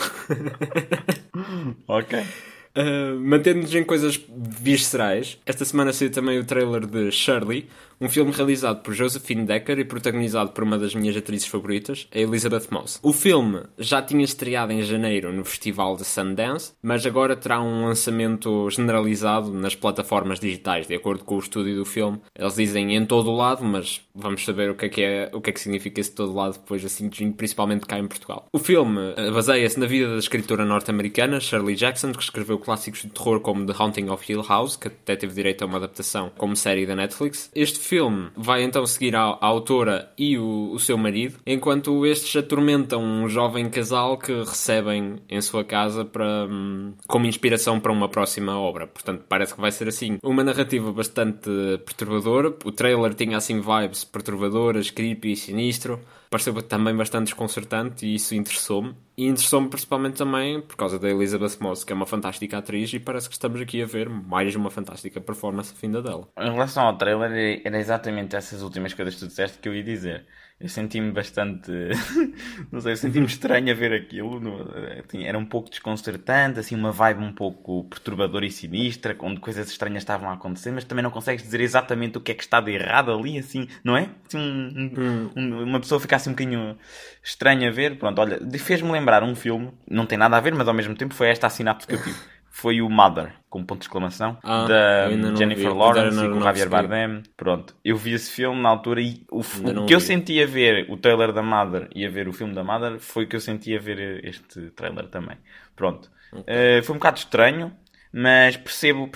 A: Ok.
B: Mantendo-nos em coisas viscerais, esta semana saiu também o trailer de Shirley, um filme realizado por Josephine Decker e protagonizado por uma das minhas atrizes favoritas, a Elizabeth Moss. O filme já tinha estreado em janeiro no Festival de Sundance, mas agora terá um lançamento generalizado nas plataformas digitais, de acordo com o estúdio do filme. Eles dizem em todo o lado, mas vamos saber o que é que significa esse todo lado depois assim de junho, principalmente cá em Portugal. O filme baseia-se na vida da escritora norte-americana Shirley Jackson, que escreveu clássicos de terror como The Haunting of Hill House, que até teve direito a uma adaptação como série da Netflix. Este filme vai então seguir a autora e o seu marido, enquanto estes atormentam um jovem casal que recebem em sua casa como inspiração para uma próxima obra. Portanto, parece que vai ser assim uma narrativa bastante perturbadora. O trailer tinha assim vibes perturbadoras, creepy e sinistro. Pareceu também bastante desconcertante e isso interessou-me. E interessou-me principalmente também por causa da Elizabeth Moss, que é uma fantástica atriz e parece que estamos aqui a ver mais uma fantástica performance vinda dela.
A: Em relação ao trailer, era exatamente essas últimas coisas que tu disseste que eu ia dizer. Eu senti-me bastante... não sei, eu senti-me estranho a ver aquilo. Era um pouco desconcertante, assim, uma vibe um pouco perturbadora e sinistra, onde coisas estranhas estavam a acontecer, mas também não consegues dizer exatamente o que é que está de errado ali, assim, não é? Assim, uma pessoa fica assim um bocadinho estranha a ver. Pronto, olha, fez-me lembrar um filme, não tem nada a ver, mas ao mesmo tempo foi esta a sinapse que eu tive. Foi o Mother, com ponto de exclamação, da Jennifer Lawrence e com o Javier Bardem. Pronto, eu vi esse filme na altura e o que eu senti a ver o trailer da Mother e a ver o filme da Mother foi o que eu senti a ver este trailer também. Pronto, foi um bocado estranho, mas percebo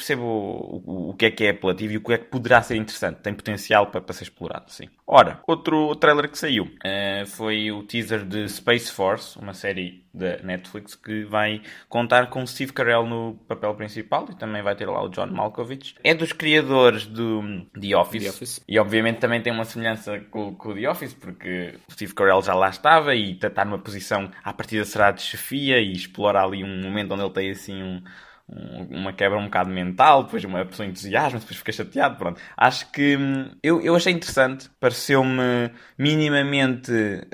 A: o que é apelativo e o que é que poderá ser interessante. Tem potencial para ser explorado, sim. Ora, outro trailer que saiu foi o teaser de Space Force, uma série da Netflix que vai contar com Steve Carell no papel principal e também vai ter lá o John Malkovich. É dos criadores do The Office. E obviamente também tem uma semelhança com o The Office, porque o Steve Carell já lá estava e está numa posição, à partida será de chefia e explora ali um momento onde ele tem assim uma quebra um bocado mental, depois uma pessoa entusiasma, depois fica chateado, pronto. Acho que eu achei interessante, pareceu-me minimamente,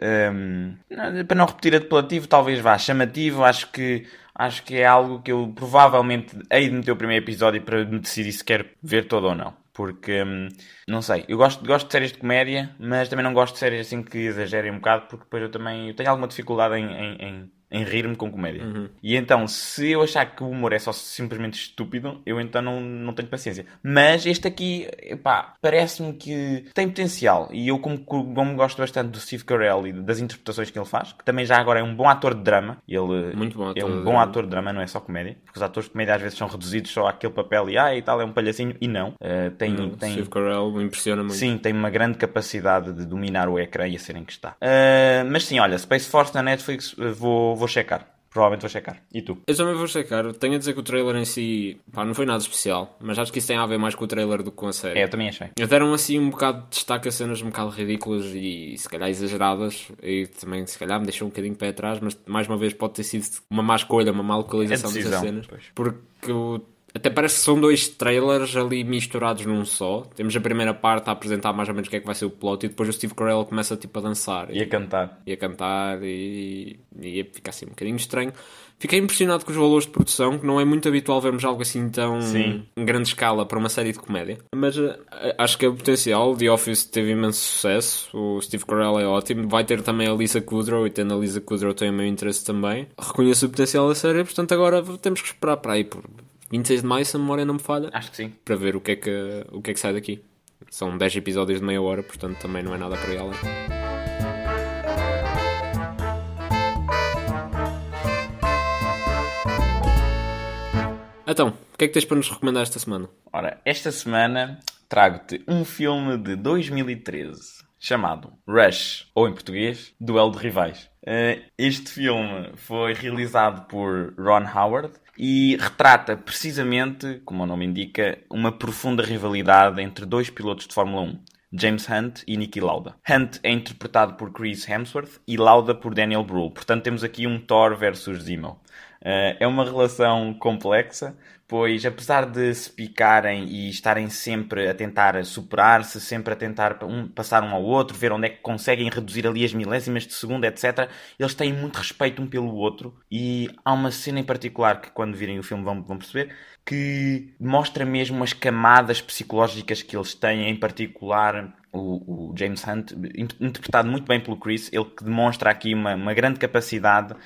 A: para não repetir apelativo, talvez vá chamativo. Acho que é algo que eu provavelmente hei de meter o primeiro episódio para me decidir se quero ver todo ou não. Porque, não sei, eu gosto de séries de comédia, mas também não gosto de séries assim que exagerem um bocado, porque depois eu tenho alguma dificuldade em rir-me com comédia. E então, se eu achar que o humor é só simplesmente estúpido, eu então não tenho paciência. Mas este aqui, parece-me que tem potencial. E eu, como gosto bastante do Steve Carell e das interpretações que ele faz, que também já agora é um bom ator de drama.
B: Muito bom ator
A: é um bom ator de drama, não é só comédia. Porque os atores de comédia às vezes são reduzidos só àquele papel e tal, é um palhacinho. E não.
B: Steve Carell me impressiona muito.
A: Sim, tem uma grande capacidade de dominar o ecrã e a ser em que está. Mas sim, olha, Space Force na Netflix, vou checar. Provavelmente vou checar. E tu?
B: Eu também vou checar. Tenho a dizer que o trailer em si não foi nada especial, mas acho que isso tem a ver mais com o trailer do que com a série.
A: Eu também achei.
B: Deram assim um bocado de destaque a cenas um bocado ridículas e se calhar exageradas, e também se calhar me deixou um bocadinho de pé atrás, mas mais uma vez pode ter sido uma má escolha, uma má localização dessas cenas. Pois. Porque até parece que são 2 trailers ali misturados num só. Temos a primeira parte a apresentar mais ou menos o que é que vai ser o plot e depois o Steve Carell começa a dançar.
A: E a cantar.
B: E ia ficar assim um bocadinho estranho. Fiquei impressionado com os valores de produção, que não é muito habitual vermos algo assim tão em grande escala para uma série de comédia. Mas acho que é o potencial. The Office teve imenso sucesso. O Steve Carell é ótimo. Vai ter também a Lisa Kudrow, e tendo a Lisa Kudrow tem o meu interesse também. Reconheço o potencial da série, portanto agora temos que esperar para aí por 26 de maio, se a memória não me falha,
A: Acho que sim.
B: para ver o que é que sai daqui. São 10 episódios de meia hora, portanto também não é nada para ir além. Então, o que é que tens para nos recomendar esta semana?
A: Ora, esta semana trago-te um filme de 2013 chamado Rush, ou em português, Duelo de Rivais. Este filme foi realizado por Ron Howard e retrata precisamente, como o nome indica, uma profunda rivalidade entre dois pilotos de Fórmula 1. James Hunt e Niki Lauda. Hunt é interpretado por Chris Hemsworth e Lauda por Daniel Bruhl. Portanto, temos aqui um Thor versus Zemo. É uma relação complexa, pois apesar de se picarem e estarem sempre a tentar superar-se, sempre a tentar passar um ao outro, ver onde é que conseguem reduzir ali as milésimas de segundo, etc., eles têm muito respeito um pelo outro. E há uma cena em particular que, quando virem o filme, vão perceber, que mostra mesmo as camadas psicológicas que eles têm, em particular o James Hunt, interpretado muito bem pelo Chris, ele que demonstra aqui uma grande capacidade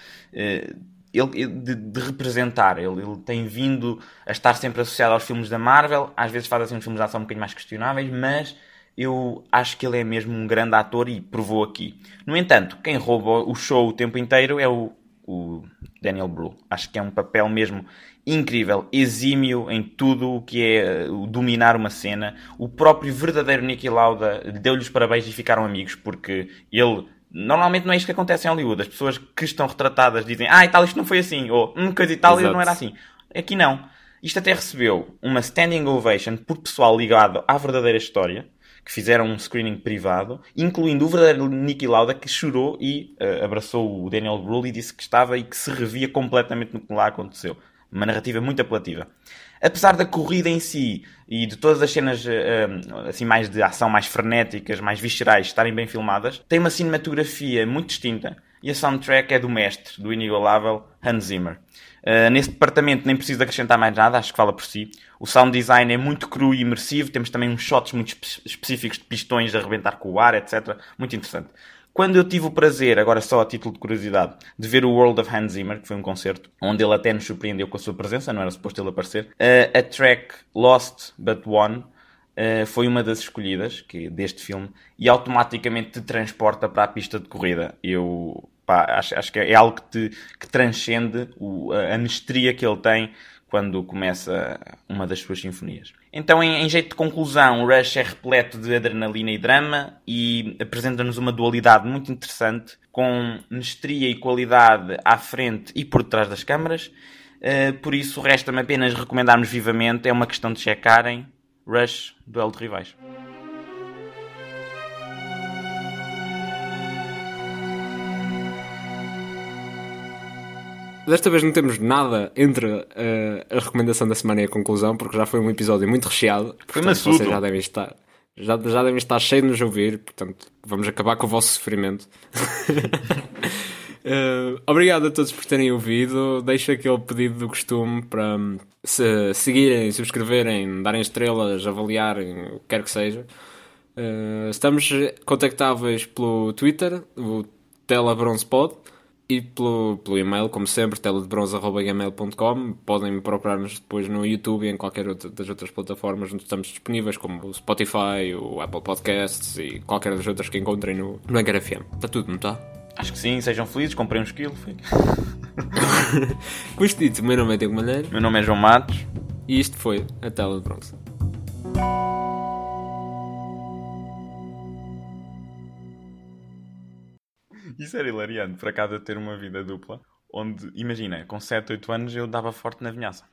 A: de representar. Ele tem vindo a estar sempre associado aos filmes da Marvel, às vezes faz assim uns filmes de ação um bocadinho mais questionáveis, mas eu acho que ele é mesmo um grande ator e provou aqui. No entanto, quem rouba o show o tempo inteiro é o Daniel Bruhl. Acho que é um papel mesmo incrível, exímio em tudo o que é dominar uma cena. O próprio verdadeiro Niki Lauda deu-lhe os parabéns e ficaram amigos, porque ele... Normalmente não é isto que acontece em Hollywood. As pessoas que estão retratadas dizem e tal, isto não foi assim, ou coisa e tal, e não era assim. Aqui não. Isto até recebeu uma standing ovation por pessoal ligado à verdadeira história, que fizeram um screening privado, incluindo o verdadeiro Niki Lauda, que chorou e abraçou o Daniel Bruhl e disse que estava e que se revia completamente no que lá aconteceu. Uma narrativa muito apelativa. Apesar da corrida em si e de todas as cenas assim mais de ação, mais frenéticas, mais viscerais, estarem bem filmadas, tem uma cinematografia muito distinta e a soundtrack é do mestre, do inigualável Hans Zimmer. Nesse departamento nem preciso acrescentar mais nada, acho que fala por si. O sound design é muito cru e imersivo, temos também uns shots muito específicos de pistões a arrebentar com o ar, etc. Muito interessante. Quando eu tive o prazer, agora só a título de curiosidade, de ver o World of Hans Zimmer, que foi um concerto, onde ele até nos surpreendeu com a sua presença, não era suposto ele aparecer, a track Lost But One foi uma das escolhidas deste filme e automaticamente te transporta para a pista de corrida. Acho que é algo que transcende a mestria que ele tem quando começa uma das suas sinfonias. Então, em jeito de conclusão, o Rush é repleto de adrenalina e drama e apresenta-nos uma dualidade muito interessante, com mestria e qualidade à frente e por detrás das câmaras. Por isso, resta-me apenas recomendarmos vivamente, é uma questão de checarem, Rush, Duelo de Rivais.
B: Desta vez não temos nada entre a recomendação da semana e a conclusão, porque já foi um episódio muito recheado.
A: Foi
B: portanto,
A: maçudo.
B: vocês já devem estar cheios de nos ouvir, portanto vamos acabar com o vosso sofrimento. Obrigado a todos por terem ouvido. Deixo aquele pedido do costume para se seguirem, subscreverem, darem estrelas, avaliarem, o que quer que seja. Estamos contactáveis pelo Twitter, o telabronzepod, e pelo e-mail, como sempre, teladebronze@gmail.com. Podem procurar-nos depois no YouTube e em qualquer outra das outras plataformas onde estamos disponíveis, como o Spotify, o Apple Podcasts e qualquer das outras que encontrem no Anchor FM. Está tudo, não está?
A: Acho que sim, sejam felizes, comprem uns quilos.
B: Com isto dito, o meu nome é Diego Malheiro.
A: Meu nome é João Matos.
B: E isto foi a Tela de Bronze.
A: Isso era hilariante, por acaso, eu ter uma vida dupla, onde, imagina, com 7, 8 anos eu dava forte na vinhaça.